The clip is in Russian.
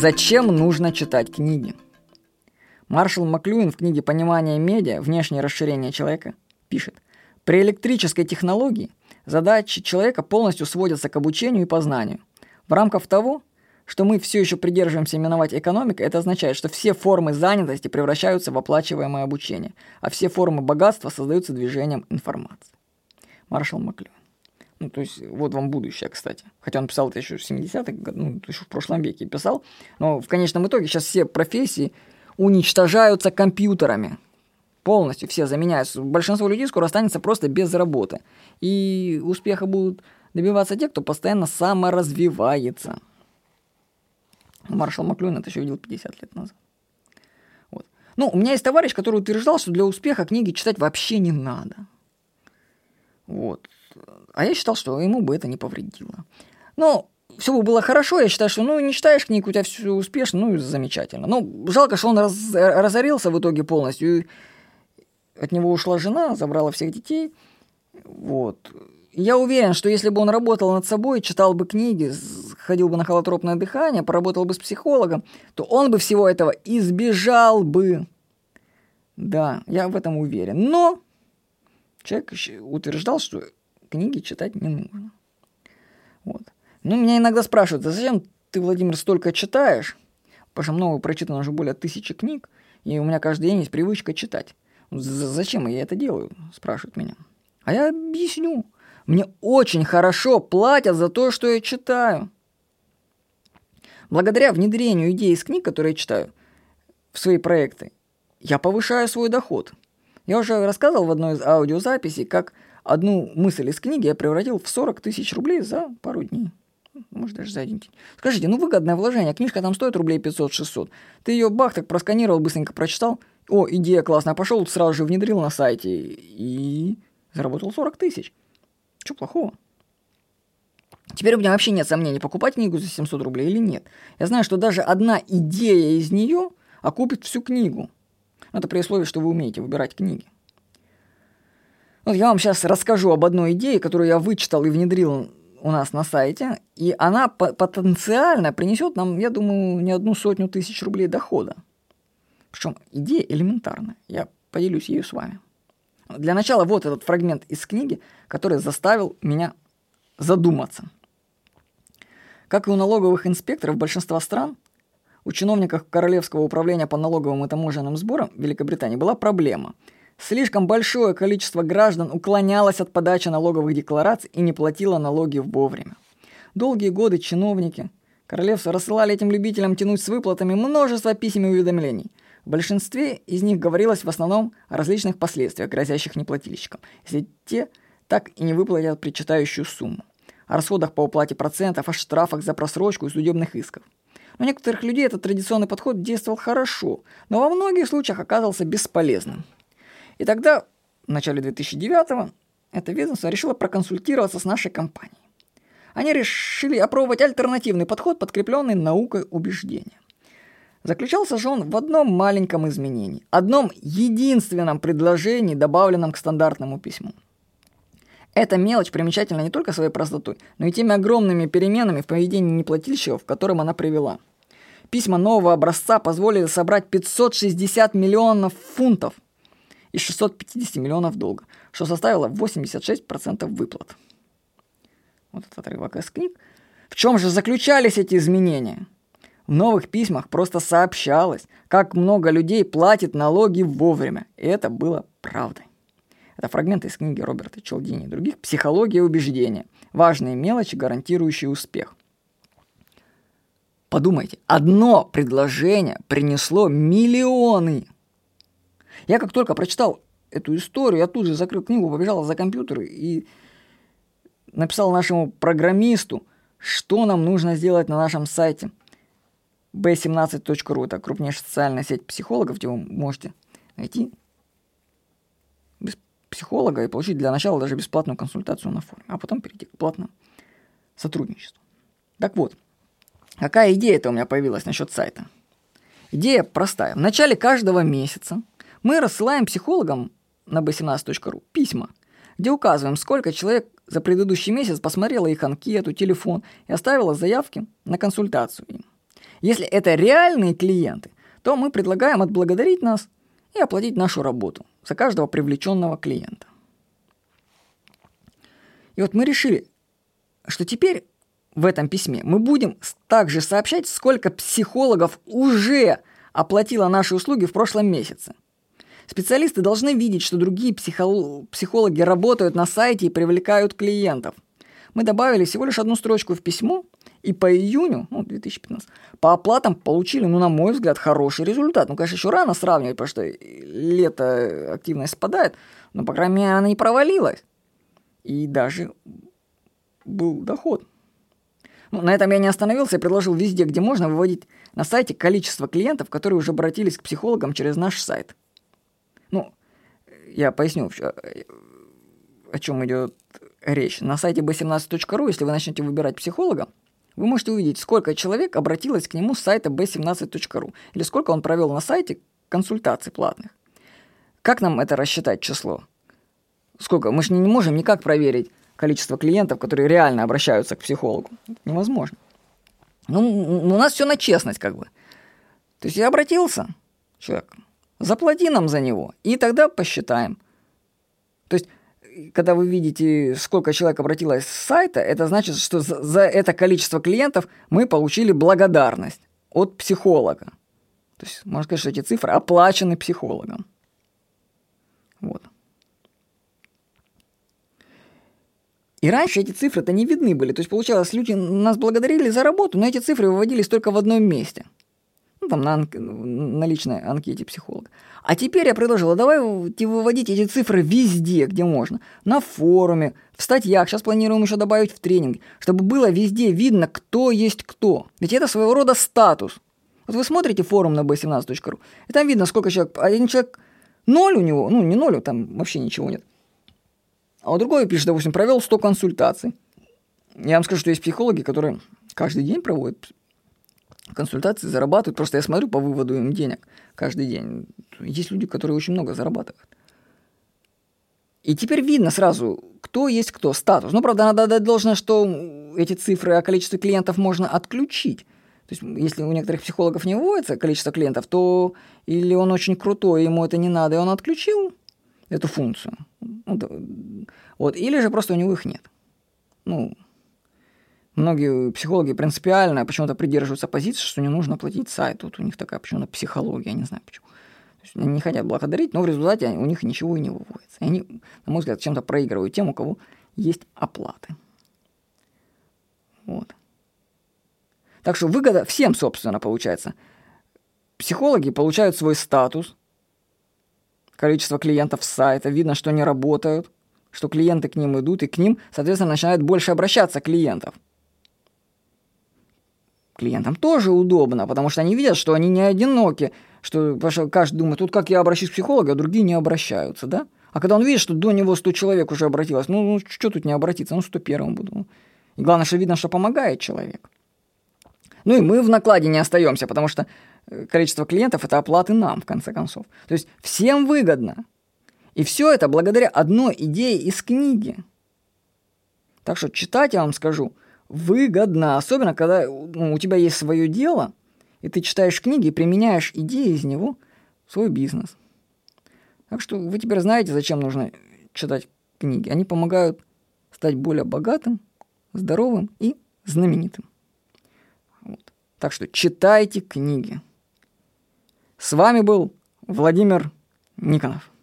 Зачем нужно читать книги? Маршал Маклюин в книге «Понимание медиа. Внешнее расширение человека» пишет: при электрической технологии задачи человека полностью сводятся к обучению и познанию. В рамках того, что мы все еще придерживаемся именовать экономикой, это означает, что все формы занятости превращаются в оплачиваемое обучение, а все формы богатства создаются движением информации. Маршал Маклюин. То есть, вот вам будущее, кстати. Хотя он писал это еще в 70-х годах, еще в прошлом веке писал. Но в конечном итоге сейчас все профессии уничтожаются компьютерами. Полностью все заменяются. Большинство людей скоро останется просто без работы. И успеха будут добиваться те, кто постоянно саморазвивается. Маршал Маклюин это еще видел 50 лет назад. Вот. У меня есть товарищ, который утверждал, что для успеха книги читать вообще не надо. Вот. А я считал, что ему бы это не повредило. Все бы было хорошо, я считаю, что не читаешь книг, у тебя все успешно, и замечательно. Жалко, что он разорился в итоге полностью. И от него ушла жена, забрала всех детей. Вот. Я уверен, что если бы он работал над собой, читал бы книги, ходил бы на холотропное дыхание, поработал бы с психологом, то он бы всего этого избежал бы. Да, я в этом уверен. Но человек утверждал, что книги читать не нужно. Вот. Меня иногда спрашивают: зачем ты, Владимир, столько читаешь? Потому что много прочитано уже более 1000 книг, и у меня каждый день есть привычка читать. Зачем я это делаю? Спрашивают меня. А я объясню. Мне очень хорошо платят за то, что я читаю. Благодаря внедрению идей из книг, которые я читаю, в свои проекты, я повышаю свой доход. Я уже рассказывал в одной из аудиозаписей, как одну мысль из книги я превратил в 40 000 рублей за пару дней. Может, даже за один день. Скажите, выгодное вложение. Книжка там стоит рублей 500-600. Ты ее так просканировал, быстренько прочитал. О, идея классная. Пошел, сразу же внедрил на сайте и заработал 40 000. Чего плохого? Теперь у меня вообще нет сомнений, покупать книгу за 700 рублей или нет. Я знаю, что даже одна идея из нее окупит всю книгу. Это при условии, что вы умеете выбирать книги. Я вам сейчас расскажу об одной идее, которую я вычитал и внедрил у нас на сайте, и она потенциально принесет нам, я думаю, не 100 000 рублей дохода. Причем идея элементарная. Я поделюсь ею с вами. Для начала вот этот фрагмент из книги, который заставил меня задуматься. Как и у налоговых инспекторов большинства стран, у чиновников Королевского управления по налоговым и таможенным сборам в Великобритании была проблема. Слишком большое количество граждан уклонялось от подачи налоговых деклараций и не платило налоги вовремя. Долгие годы чиновники королевства рассылали этим любителям тянуть с выплатами множество писем и уведомлений. В большинстве из них говорилось в основном о различных последствиях, грозящих неплательщикам, если те так и не выплатят причитающую сумму, о расходах по уплате процентов, о штрафах за просрочку и судебных исков. У некоторых людей этот традиционный подход действовал хорошо, но во многих случаях оказывался бесполезным. И тогда, в начале 2009-го, это ведомство решило проконсультироваться с нашей компанией. Они решили опробовать альтернативный подход, подкрепленный наукой убеждения. Заключался же он в одном маленьком изменении, одном единственном предложении, добавленном к стандартному письму. Эта мелочь примечательна не только своей простотой, но и теми огромными переменами в поведении неплательщиков, к которым она привела. Письма нового образца позволили собрать 560 миллионов фунтов и 650 миллионов долга, что составило 86% выплат. Вот этот отрывок из книг. В чем же заключались эти изменения? В новых письмах просто сообщалось, как много людей платит налоги вовремя. И это было правдой. Это фрагменты из книги Роберта Чалдини и других «Психология убеждения. Важные мелочи, гарантирующие успех». Подумайте, одно предложение принесло миллионы. Я как только прочитал эту историю, я тут же закрыл книгу, побежал за компьютер и написал нашему программисту, что нам нужно сделать на нашем сайте b17.ru. Это крупнейшая социальная сеть психологов, где вы можете найти психолога и получить для начала даже бесплатную консультацию на форуме, а потом перейти к платному сотрудничеству. Так вот, какая идея-то у меня появилась насчет сайта? Идея простая. В начале каждого месяца мы рассылаем психологам на b17.ru письма, где указываем, сколько человек за предыдущий месяц посмотрело их анкету, телефон и оставило заявки на консультацию им. Если это реальные клиенты, то мы предлагаем отблагодарить нас и оплатить нашу работу за каждого привлеченного клиента. И вот мы решили, что теперь в этом письме мы будем также сообщать, сколько психологов уже оплатило наши услуги в прошлом месяце. Специалисты должны видеть, что другие психологи работают на сайте и привлекают клиентов. Мы добавили всего лишь одну строчку в письмо, и по июню 2015 по оплатам получили, на мой взгляд, хороший результат. Конечно, еще рано сравнивать, потому что лето активность спадает, но, по крайней мере, она не провалилась. И даже был доход. На этом я не остановился и предложил везде, где можно, выводить на сайте количество клиентов, которые уже обратились к психологам через наш сайт. Я поясню, о чем идет речь. На сайте b17.ru, если вы начнете выбирать психолога, вы можете увидеть, сколько человек обратилось к нему с сайта b17.ru, или сколько он провел на сайте консультаций платных. Как нам это рассчитать число? Сколько? Мы же не можем никак проверить количество клиентов, которые реально обращаются к психологу. Это невозможно. У нас все на честность, как бы. То есть я обратился, человек, заплати нам за него, и тогда посчитаем. То есть, когда вы видите, сколько человек обратилось с сайта, это значит, что за это количество клиентов мы получили благодарность от психолога. То есть, можно сказать, что эти цифры оплачены психологом. Вот. И раньше эти цифры-то не видны были. То есть, получалось, люди нас благодарили за работу, но эти цифры выводились только в одном месте. На личной анкете психолога. А теперь я предложила, давай выводить эти цифры везде, где можно. На форуме, в статьях. Сейчас планируем еще добавить в тренинге, чтобы было везде видно, кто есть кто. Ведь это своего рода статус. Вот вы смотрите форум на b17.ru, и там видно, сколько человек. Один человек 0 у него, не 0, там вообще ничего нет. А у другого пишет, допустим, провел 100 консультаций. Я вам скажу, что есть психологи, которые каждый день проводят консультации, зарабатывают. Просто я смотрю по выводу им денег каждый день. Есть люди, которые очень много зарабатывают. И теперь видно сразу, кто есть кто, статус. Правда, надо отдать должное, что эти цифры о количестве клиентов можно отключить. То есть, если у некоторых психологов не выводится количество клиентов, то или он очень крутой, ему это не надо, и он отключил эту функцию. Или же просто у него их нет. Многие психологи принципиально почему-то придерживаются позиции, что не нужно платить сайт. Вот у них такая почему-то психология, я не знаю почему. То есть они не хотят благодарить, но в результате у них ничего и не выводится. И они, на мой взгляд, чем-то проигрывают тем, у кого есть оплаты. Вот. Так что выгода всем, собственно, получается. Психологи получают свой статус, количество клиентов с сайта, видно, что они работают, что клиенты к ним идут, и к ним, соответственно, начинает больше обращаться клиентов. Клиентам тоже удобно, потому что они видят, что они не одиноки, потому что каждый думает, тут как я обращусь к психологу, а другие не обращаются, да? А когда он видит, что до него 100 человек уже обратилось, что тут не обратиться, 101 буду. И главное, что видно, что помогает человек. И мы в накладе не остаемся, потому что количество клиентов – это оплаты нам, в конце концов. То есть всем выгодно. И все это благодаря одной идее из книги. Так что читать, я вам скажу, выгодно. Особенно, когда у тебя есть свое дело, и ты читаешь книги и применяешь идеи из него в свой бизнес. Так что вы теперь знаете, зачем нужно читать книги. Они помогают стать более богатым, здоровым и знаменитым. Вот. Так что читайте книги. С вами был Владимир Никонов.